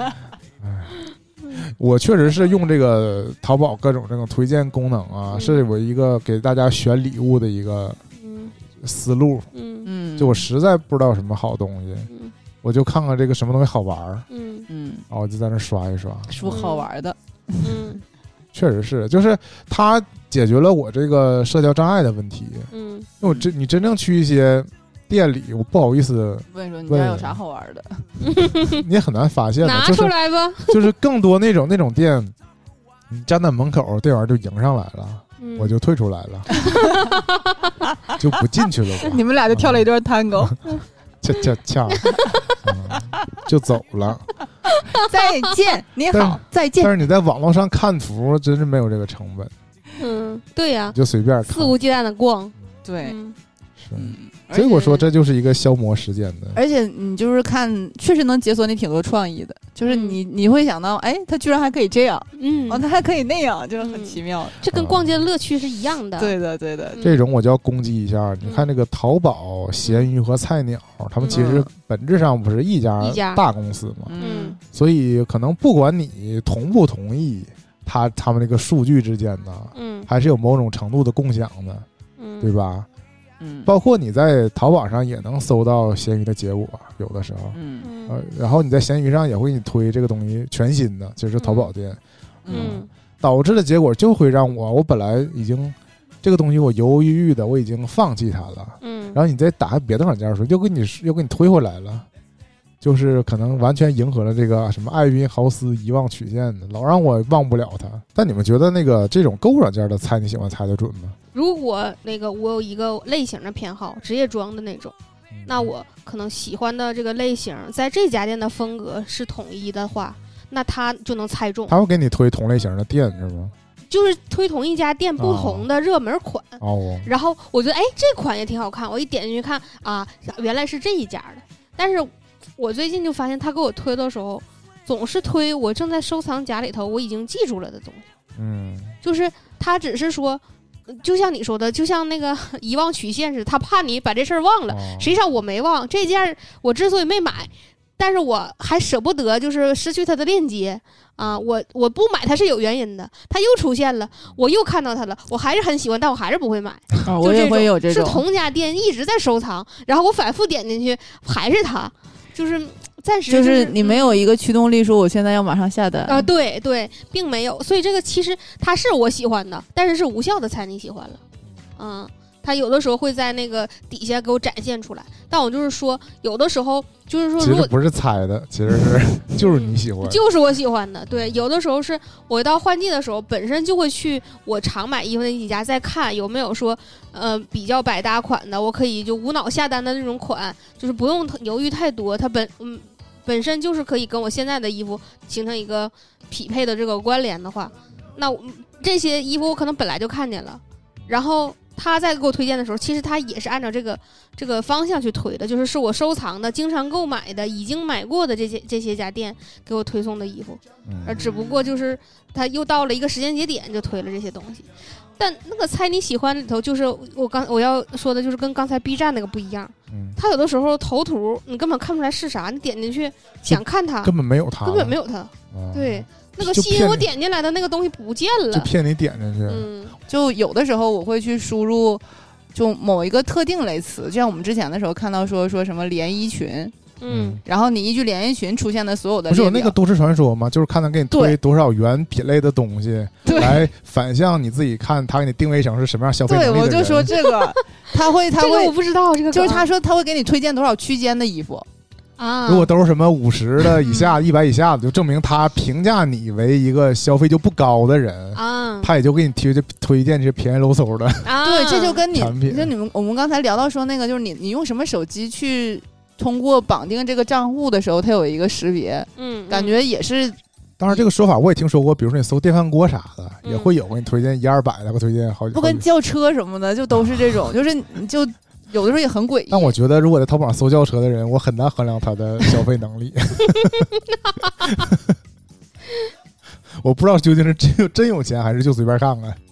我确实是用这个淘宝各种这种推荐功能啊，是我一个给大家选礼物的一个思路。就我实在不知道什么好东西，我就看看这个什么东西好玩然后我就在那刷一刷， 说好玩的。 确实是，就是它解决了我这个社交障碍的问题。因为你真正去一些店里，我不好意思问说你家有啥好玩的， 你也很难发现的。 拿出来吧。 就是更多那种店，你站在门口，店员就迎上来了，我就退出来了，就不进去了。 你们俩就跳了一段tango。 恰就走了。 再见，你好，再见。 但是你在网络上看图，真是没有这个成本。 对呀， 就随便肆无忌惮的逛。 对， 是。所以我说这就是一个消磨时间的。 而且你就是看，确实能解锁你挺多创意的。就是你会想到，哎，他居然还可以这样，他还可以那样，就是很奇妙。 这跟逛街的乐趣是一样的。 对的，对的。 这种我就要攻击一下。你看这个淘宝、闲鱼和菜鸟，他们其实本质上不是一家大公司嘛？所以可能不管你同不同意，他们那个数据之间呢，还是有某种程度的共享的，对吧？包括你在淘宝上也能搜到闲鱼的结果，有的时候，然后你在闲鱼上也会给你推这个东西全新的，就是淘宝店，导致的结果就会让我本来已经这个东西我犹犹豫豫的，我已经放弃它了，然后你再打开别的软件的时候，又给你推回来了，就是可能完全迎合了这个什么爱宾豪斯遗忘曲线的，老让我忘不了它。但你们觉得那个这种购物软件的猜你喜欢猜得准吗？ 如果我有一个类型的偏好，职业装的那种，那我可能喜欢的这个类型，在这家店的风格是统一的话，那他就能猜中。 他会给你推同类型的店是吗？ 就是推同一家店不同的热门款，然后我觉得这款也挺好看，我一点进去看啊，原来是这一家的。但是我最近就发现他给我推的时候，总是推我正在收藏夹里头我已经记住了的东西。就是他只是说。就像你说的，就像那个遗忘曲线似的，他怕你把这事儿忘了，实际上我没忘这件，我之所以没买，但是我还舍不得就是失去它的链接啊，我不买它是有原因的，它又出现了，我又看到它了，我还是很喜欢，但我还是不会买。 我也会有这种， 是同家店一直在收藏，然后我反复点进去还是它，就是暂时就是你没有一个驱动力说我现在要马上下单啊，对对，并没有，所以这个其实它是我喜欢的，但是是无效的猜你喜欢了，它有的时候会在那个底下给我展现出来，但我就是说有的时候就是说其实不是猜的，其实是就是你喜欢， 就是我喜欢的，对，有的时候是我到换季的时候本身就会去我常买衣服那几家再看有没有说比较百搭款的，我可以就无脑下单的那种款，就是不用犹豫太多，它本身就是可以跟我现在的衣服形成一个匹配的这个关联的话，那这些衣服我可能本来就看见了，然后他在给我推荐的时候，其实他也是按照这个方向去推的，就是我收藏的、经常购买的、已经买过的这些家店给我推送的衣服，而只不过就是他又到了一个时间节点就推了这些东西。但那个猜你喜欢里头，就是我要说的就是跟刚才 B 站那个不一样，他有的时候头图你根本看不出来是啥，你点进去想看它， 根本没有它， 对。那个吸引我点进来的那个东西不见了， 就骗你点进去。 就有的时候我会去输入就某一个特定类词，就像我们之前的时候看到说什么连衣裙，然后你一句连衣裙出现的所有的， 不是有那个都市传说吗？就是看他给你推多少元品类的东西，来反向你自己看他给你定位成是什么样消费能力的人。 对，我就说这个他会这个我不知道，这个就是他说他会给你推荐多少区间的衣服。 如果都是什么50的以下、100以下的，就证明他评价你为一个消费就不高的人他也就给你推荐这些便宜搂手的对，这就跟我们刚才聊到说那个，就是你用什么手机去通过绑定这个账户的时候，它有一个识别，感觉也是。 当然，这个说法我也听说过，比如说你搜电饭锅啥的，也会有给你推荐100-200的，给推荐好几。 不跟轿车什么的，就都是这种，就是你就。有的时候也很诡异， 但我觉得如果在淘宝上搜轿车的人，我很难衡量他的消费能力。我不知道究竟是真有钱，还是就随便看看。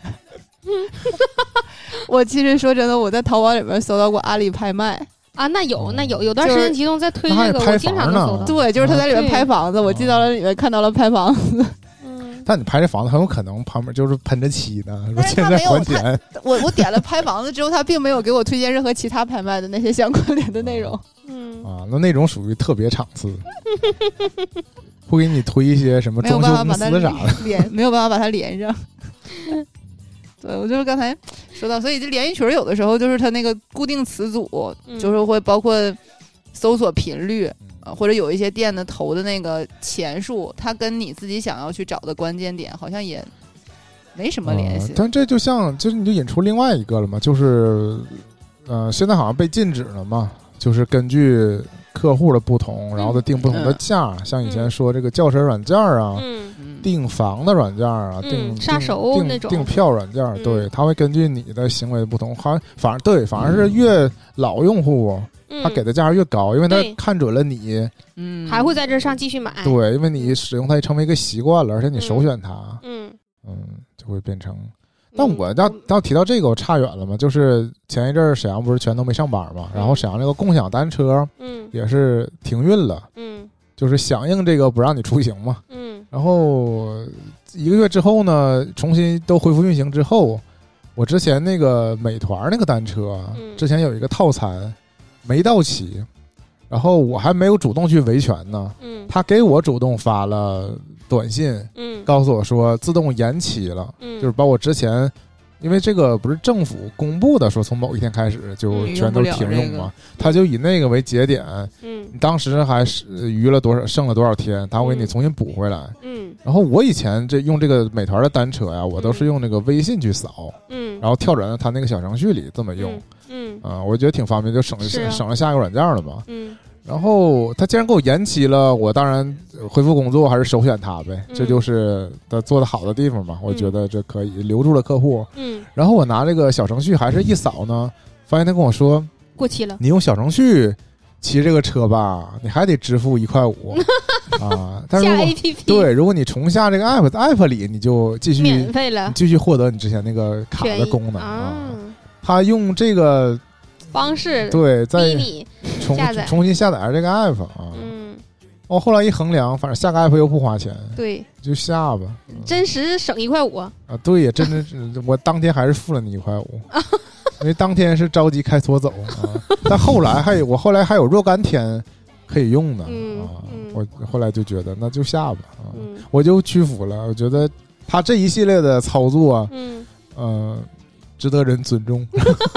我其实说真的，我在淘宝里面搜到过阿里拍卖啊，那有段时间集中在推这个，我经常能搜到。 对，就是他在里面拍房子，我进到了里面看到了拍房子。 但你拍这房子很有可能旁边就是喷着漆呢，说现在还钱。 我点了拍房子之后，他并没有给我推荐任何其他拍卖的那些相关联的内容。 那种属于特别场次，会给你推一些什么装修公司啥的， 没有办法把它连上。对，我就是刚才说到，所以这连衣裙有的时候就是它那个固定词组，就是会包括搜索频率。或者有一些店的投的那个钱数，它跟你自己想要去找的关键点好像也没什么联系。 但这就是你就引出另外一个了嘛，就是现在好像被禁止了嘛，就是根据客户的不同，然后再定不同的价，像以前说这个轿车软件啊，订房的软件啊， 杀手那种订票软件，对，它会根据你的行为的不同，好像反而是越老用户。他给的价越高，因为他看准了你， 还会在这上继续买。 对，因为你使用它成为一个习惯了，而且你首选它，就会变成。但我要提到这个，我差远了嘛。就是前一阵沈阳不是全都没上班嘛，然后沈阳那个共享单车，也是停运了，就是响应这个不让你出行嘛，然后1个月之后呢，重新都恢复运行之后，我之前那个美团那个单车，之前有一个套餐。没到期，然后我还没有主动去维权呢，他给我主动发了短信，告诉我说自动延期了，就是把我之前，因为这个不是政府公布的说从某一天开始就全都停用嘛，他就以那个为节点，你当时还是剩了多少天，他会给你重新补回来，然后我以前用这个美团的单车呀，我都是用那个微信去扫，然后跳转到他那个小程序里这么用。我觉得挺方便，就省了下一个软件了嘛。然后他既然给我延期了，我当然恢复工作还是首选他呗，这就是他做的好的地方嘛。我觉得这可以留住了客户。然后我拿这个小程序还是一扫呢，发现他跟我说过期了。 你用小程序骑这个车吧，你还得支付1.5块啊。但是下 APP 对，如果你重下这个 app 里，你就继续免费了， 继续获得你之前那个卡的功能啊。他用这个方式对再你重新下载这个 app 啊。我后来一衡量，反正下个 app 又不花钱， 对， 就下吧。 真实省1.5块啊！对呀，真的，我当天还是付了你1.5块，因为当天是着急开锁走啊。但后来我后来还有若干天可以用呢啊。我后来就觉得那就下吧啊，我就屈服了。我觉得他这一系列的操作，值得人尊重，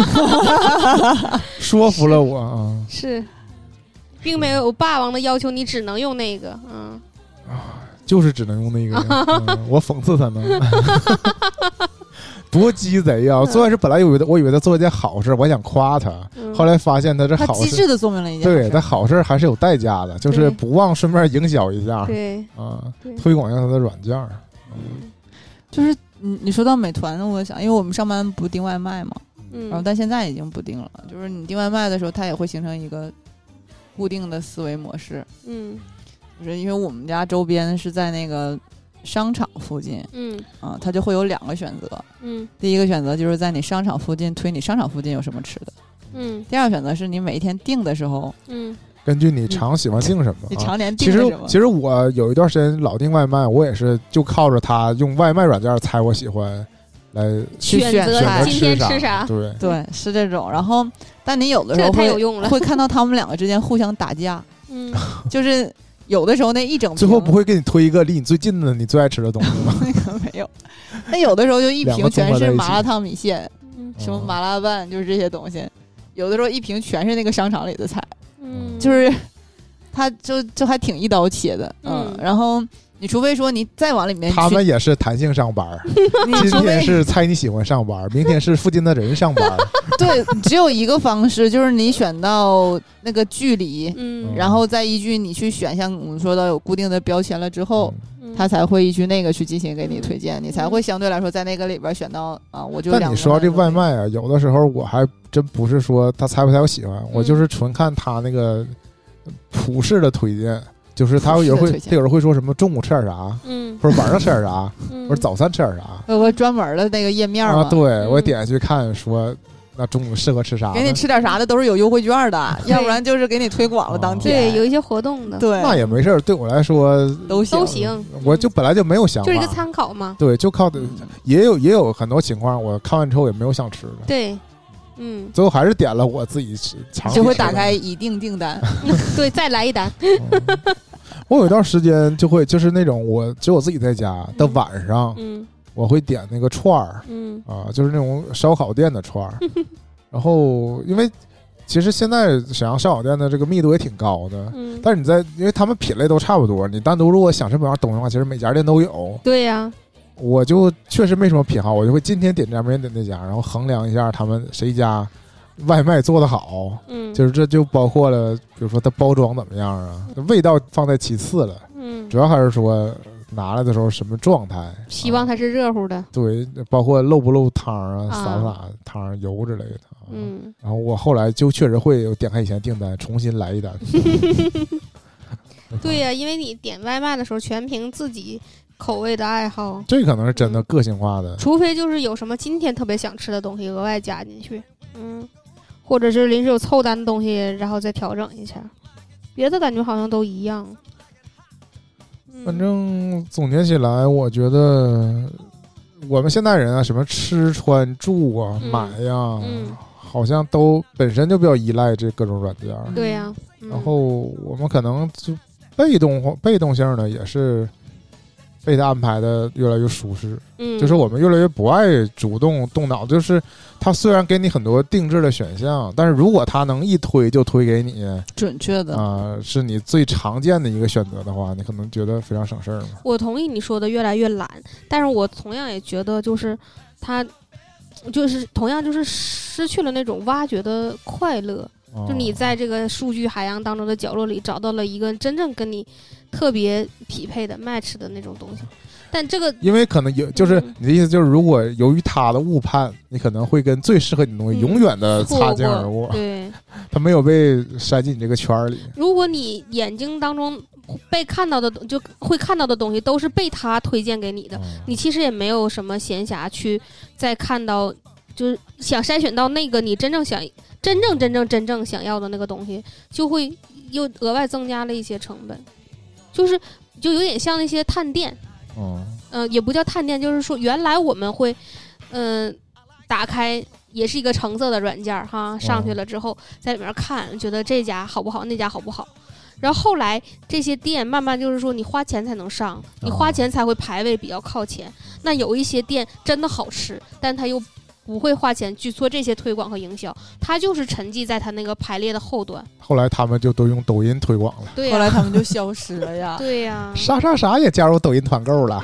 说服了我啊！ 是，并没有霸王的要求，你只能用那个， 就是只能用那个，我讽刺他呢，多鸡贼啊！最开始本来我以为他做一件好事，我想夸他，后来发现他这好事， 他机智的说明了一件事， 对，他好事还是有代价的，就是不忘顺便营销一下， 对推广一下他的软件。 就是你说到美团，我想，因为我们上班不订外卖嘛，然后但现在已经不订了，就是你订外卖的时候，它也会形成一个固定的思维模式。就是因为我们家周边是在那个商场附近，它就会有2个选择。第一个选择就是在你商场附近推你商场附近有什么吃的。第二个选择是你每一天订的时候， 根据你常喜欢订什么， 你常年订什么。 其实我有一段时间老订外卖，我也是就靠着它用外卖软件猜我喜欢来选择今天吃啥。 对， 是这种。然后但你有的时候会看到他们2个之间互相打架，就是有的时候那一整瓶最后不会给你推一个离你最近的你最爱吃的东西吗？ 那个没有。那有的时候就一瓶全是麻辣烫米线，什么麻辣拌，就是这些东西。有的时候一瓶全是那个商场里的菜，就是它就还挺一刀切的。然后你除非说你再往里面去， 他们也是弹性上班。今天是猜你喜欢上班，明天是附近的人上班。 对，只有一个方式，就是你选到那个距离，然后再依据你去选，像我们说到有固定的标签了之后，他才会依据那个去进行给你推荐，你才会相对来说在那个里边选到啊，我就。 但你说到这外卖啊，有的时候我还真不是说他猜不猜我喜欢，我就是纯看他那个普世的推荐。就是他有人会说什么中午吃点啥，或者晚上吃点啥，或者早餐吃点啥， 有个专门的那个页面嘛。 对，我点下去看说那中午适合吃啥， 给你吃点啥的都是有优惠券的，要不然就是给你推广了当天。 对，有一些活动的。 对， 那也没事，对我来说都行。 我就本来就没有想法， 就是一个参考嘛。 对，就靠的也有很多情况，我看完之后也没有想吃的。 对。 最后还是点了我自己尝， 就会打开已订订单。 对，再来一单。 我有一段时间就是那种我只有我自己在家的晚上，我会点那个串儿，就是那种烧烤店的串儿。然后因为其实现在沈阳烧烤店的这个密度也挺高的，但是因为他们品类都差不多，你单独如果想什么样东西的话，其实每家店都有。 对呀。 我就确实没什么品号，我就会今天点这家，明天点那家，然后衡量一下他们谁家外卖做得好，就是这就包括了，比如说它包装怎么样啊，味道放在其次了，主要还是说拿来的时候什么状态， 希望它是热乎的， 对，包括漏不漏汤啊，洒不洒汤油之类的，然后我后来就确实会有点开以前订单，重新来一单。 对呀，因为你点外卖的时候全凭自己口味的爱好， 这可能是真的个性化的， 除非就是有什么今天特别想吃的东西额外加进去，或者是临时有凑单的东西然后再调整一下，别的感觉好像都一样。 反正总结起来，我觉得我们现代人啊，什么吃穿住啊、买呀，好像都本身就比较依赖这各种软件。 对呀， 然后我们可能就被动性的也是被他安排的越来越舒适，就是我们越来越不爱主动动脑，就是他虽然给你很多定制的选项，但是如果他能一推就推给你准确的是你最常见的一个选择的话，你可能觉得非常省事儿嘛。 我同意你说的越来越懒，但是我同样也觉得就是他就是同样就是失去了那种挖掘的快乐，就你在这个数据海洋当中的角落里找到了一个真正跟你特别匹配的 match 的那种东西，但这个因为可能有，就是你的意思就是，如果由于他的误判，你可能会跟最适合你的东西永远的擦肩而过。 对， 他没有被塞进你这个圈里。 如果你眼睛当中被看到的就会看到的东西都是被他推荐给你的，你其实也没有什么闲暇去再看到，就是想筛选到那个你真正想要的那个东西，就会又额外增加了一些成本，就有点像那些探店，也不叫探店，就是说原来我们会打开也是一个橙色的软件哈，上去了之后在里面看，觉得这家好不好，那家好不好，然后后来这些店慢慢就是说你花钱才能上，你花钱才会排位比较靠前，那有一些店真的好吃，但它又不会花钱去做这些推广和营销，他就是沉寂在他那个排列的后端。后来他们就都用抖音推广了， 对、 后来他们就消失了呀。 对呀， 啥也加入抖音团购了。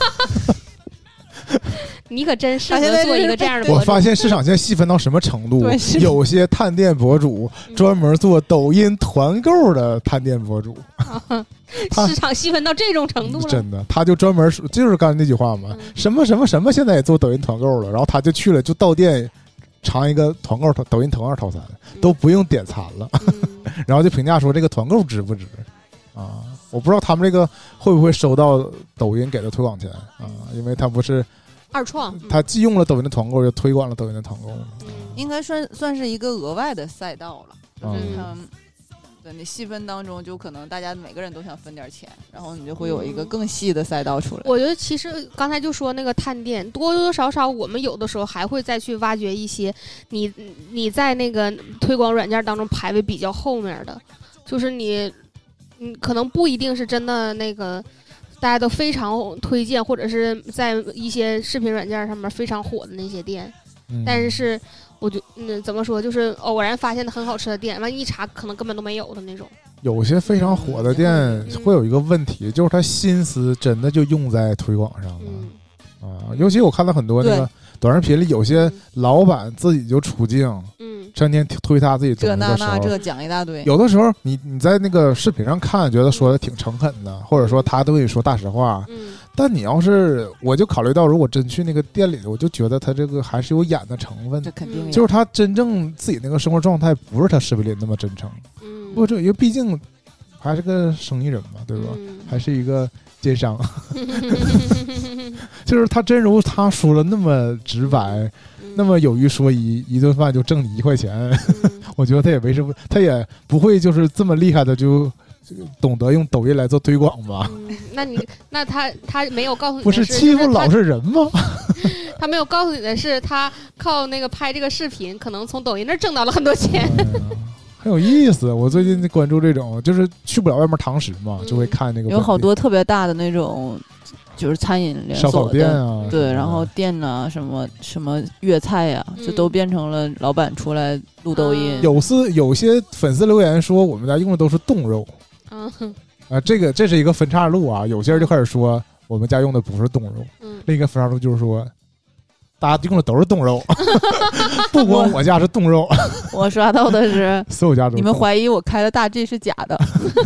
你可真适合做一个这样的博主。 我发现市场现在细分到什么程度，有些探店博主专门做抖音团购的探店博主。 市场细分到这种程度了， 真的，他就专门就是刚才那句话嘛，什么什么什么现在也做抖音团购了，然后他就去了，就到店尝一个团购抖音团购套餐，都不用点餐了，然后就评价说这个团购值不值啊？我不知道他们这个会不会收到抖音给的推广钱啊？因为他不是二创， 他既用了抖音的团购，又推广了抖音的团购， 应该算是一个额外的赛道了，就是他。对，你细分当中，就可能大家每个人都想分点钱，然后你就会有一个更细的赛道出来。 我觉得其实刚才就说那个探店，多多少少我们有的时候还会再去挖掘一些你在那个推广软件当中排位比较后面的，就是你可能不一定是真的那个大家都非常推荐，或者是在一些视频软件上面非常火的那些店，但是我就怎么说，就是偶然发现的很好吃的店，完一查可能根本都没有的那种。 有些非常火的店会有一个问题，就是他心思真的就用在推广上了，尤其我看到很多那个短视频里，有些老板自己就出镜，天天推他自己东西的时候， 这讲一大堆。 有的时候你在那个视频上看，觉得说的挺诚恳的，或者说他都跟你说大实话，但你要是我就考虑到，如果真去那个店里，我就觉得他这个还是有演的成分， 这肯定就是他真正自己那个生活状态不是他视频里那么真诚，或者因为毕竟还是个生意人嘛，对吧？还是一个奸商，就是他真如他说了那么直白，那么有一说一顿饭就挣你1块钱，我觉得他也没什么，他也不会就是这么厉害的就懂得用抖音来做推广吧？ 那他没有告诉你的不是欺负老实人吗？ 他没有告诉你的是，他靠那个拍这个视频，可能从抖音那挣到了很多钱。 很有意思，我最近关注这种，就是去不了外面堂食嘛，就会看那个有好多特别大的那种，就是餐饮连锁烧烤店啊， 对，然后店啊，什么粤菜啊，就都变成了老板出来录抖音。 有些粉丝留言说，我们家用的都是冻肉，这是一个分岔路啊。有些人就开始说，我们家用的不是冻肉，另一个分岔路就是说，大家用的都是冻肉，不光我家是冻肉。 我刷到的是所有家都， 你们怀疑我开的大 G 是假的。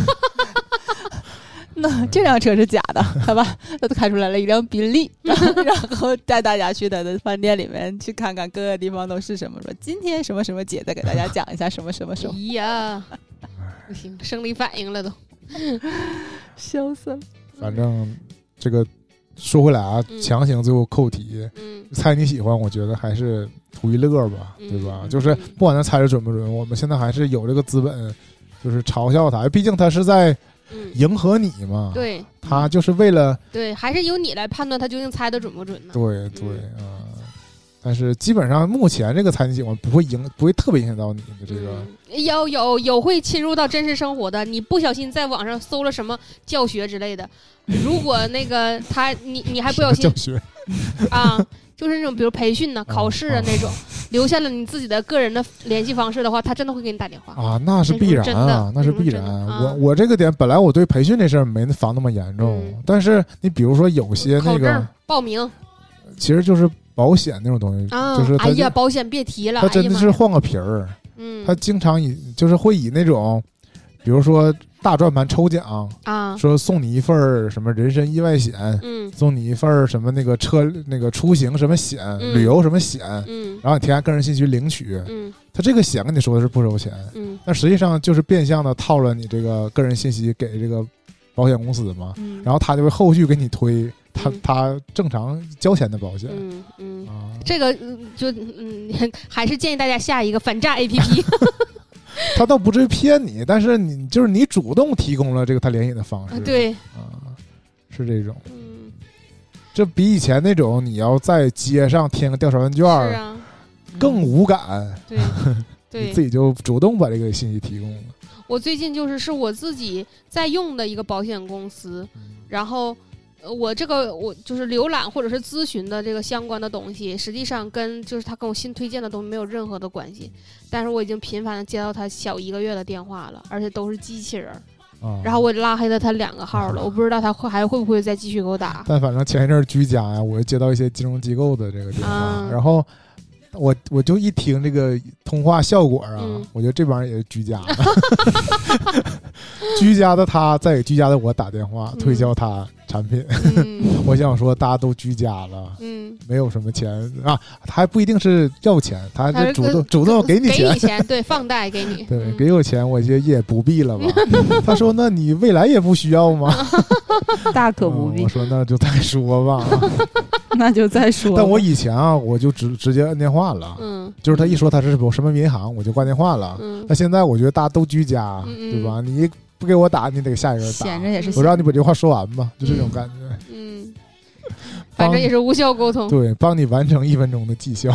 那这辆车是假的，好吧？他都开出来了一辆宾利，然后带大家去他的饭店里面去看看各个地方都是什么。说今天什么什么姐再给大家讲一下什么什么什么。 哎呀，不行，生理反应了都， 笑死了。 反正这个说回来啊，强行最后扣题，猜你喜欢，我觉得还是图一乐吧，对吧？就是不管他猜的准不准，我们现在还是有这个资本，就是嘲笑他，毕竟他是在迎合你嘛， 对， 他就是为了对，还是由你来判断他究竟猜的准不准呢？ 对但是基本上目前这个猜你喜欢不会特别影响到你的这个， 有会侵入到真实生活的，你不小心在网上搜了什么教学之类的，如果那个你还不小心教学啊，就是那种比如培训呢、考试啊那种，留下了你自己的个人的联系方式的话，他真的会给你打电话啊，那是必然啊，那是必然。我这个点本来我对培训这事儿没防那么严重，但是你比如说有些那个报名， 其实就是保险那种东西，就是哎呀，保险别提了， 他真的是换个皮儿，他经常就是会以那种，比如说大转盘抽奖啊，说送你一份什么人身意外险，送你一份什么那个车那个出行什么险，旅游什么险，然后你填下个人信息领取，他这个险跟你说的是不收钱，但实际上就是变相的套了你这个个人信息给这个保险公司嘛，然后他就会后续给你推他正常交钱的保险， 这个就还是建议大家下一个反诈 APP。 他倒不至于骗你，但是你主动提供了这个他联系的方式， 对是这种，这比以前那种你要在街上填个调查问卷更无感， 对， 你自己就主动把这个信息提供了。 我最近是我自己在用的一个保险公司，然后我就是浏览或者是咨询的这个相关的东西，实际上就是他跟我新推荐的东西没有任何的关系，但是我已经频繁的接到他小1个月的电话了，而且都是机器人，然后我拉黑了他2个号了，我不知道他还会不会再继续给我打。 但反正前一阵居家呀，我接到一些金融机构的这个电话，然后我就一听这个通话效果啊，我觉得这帮人也是居家的。居家的他在给居家的我打电话推销他产品。我想说大家都居家了，没有什么钱啊，他还不一定是要钱，他还是主动给你钱，对，放贷给你， 对，给我钱，我也不必了吧。他说那你未来也不需要吗？ 大可不必。 我说那就再说吧。 那就再说。 但我以前啊，我就直接摁电话了，就是他一说他是什么银行，我就挂电话了。那现在我觉得大家都居家，对吧？你不给我打，你得给下一个人打。 闲着也是， 我让你把这话说完吧，就这种感觉。 反正也是无效沟通。 对，帮你完成1分钟的绩效。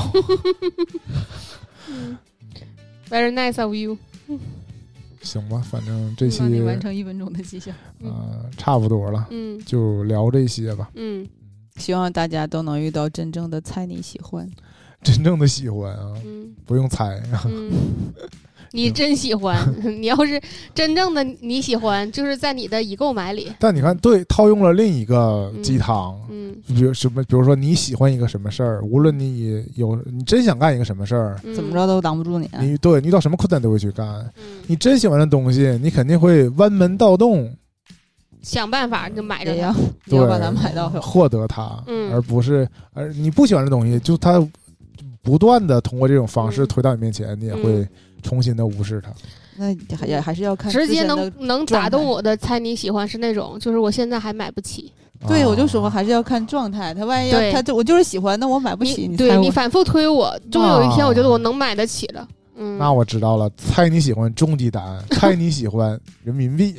Very nice of you。 行吧，反正这期帮你完成1分钟的绩效。 差不多了。就聊这些吧。 希望大家都能遇到真正的猜你喜欢。 真正的喜欢啊，不用猜啊。 你真喜欢，你要是真正的你喜欢，就是在你的已购买里。 但你看，对，套用了另一个鸡汤，比如说你喜欢一个什么事儿，无论你真想干一个什么事儿， 怎么着都挡不住你。 你遇到什么困难都会去干。你真喜欢的东西，你肯定会弯门盗洞， 想办法就买着它， 你要把它买到， 获得它，而不是你不喜欢的东西，就它不断的通过这种方式推到你面前，你也会重新的无视它。 那还是要看直接能打动我的猜你喜欢是那种，就是我现在还买不起。 对，我就说还是要看状态。他万一我就是喜欢，那我买不起。 你反复推我，终有一天我觉得我能买得起了。 那我知道了，猜你喜欢终极答案，猜你喜欢人民币。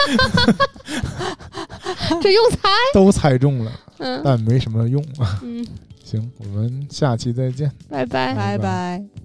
这用猜都猜中了，但没什么用。行，我们下期再见， 拜拜， 拜拜。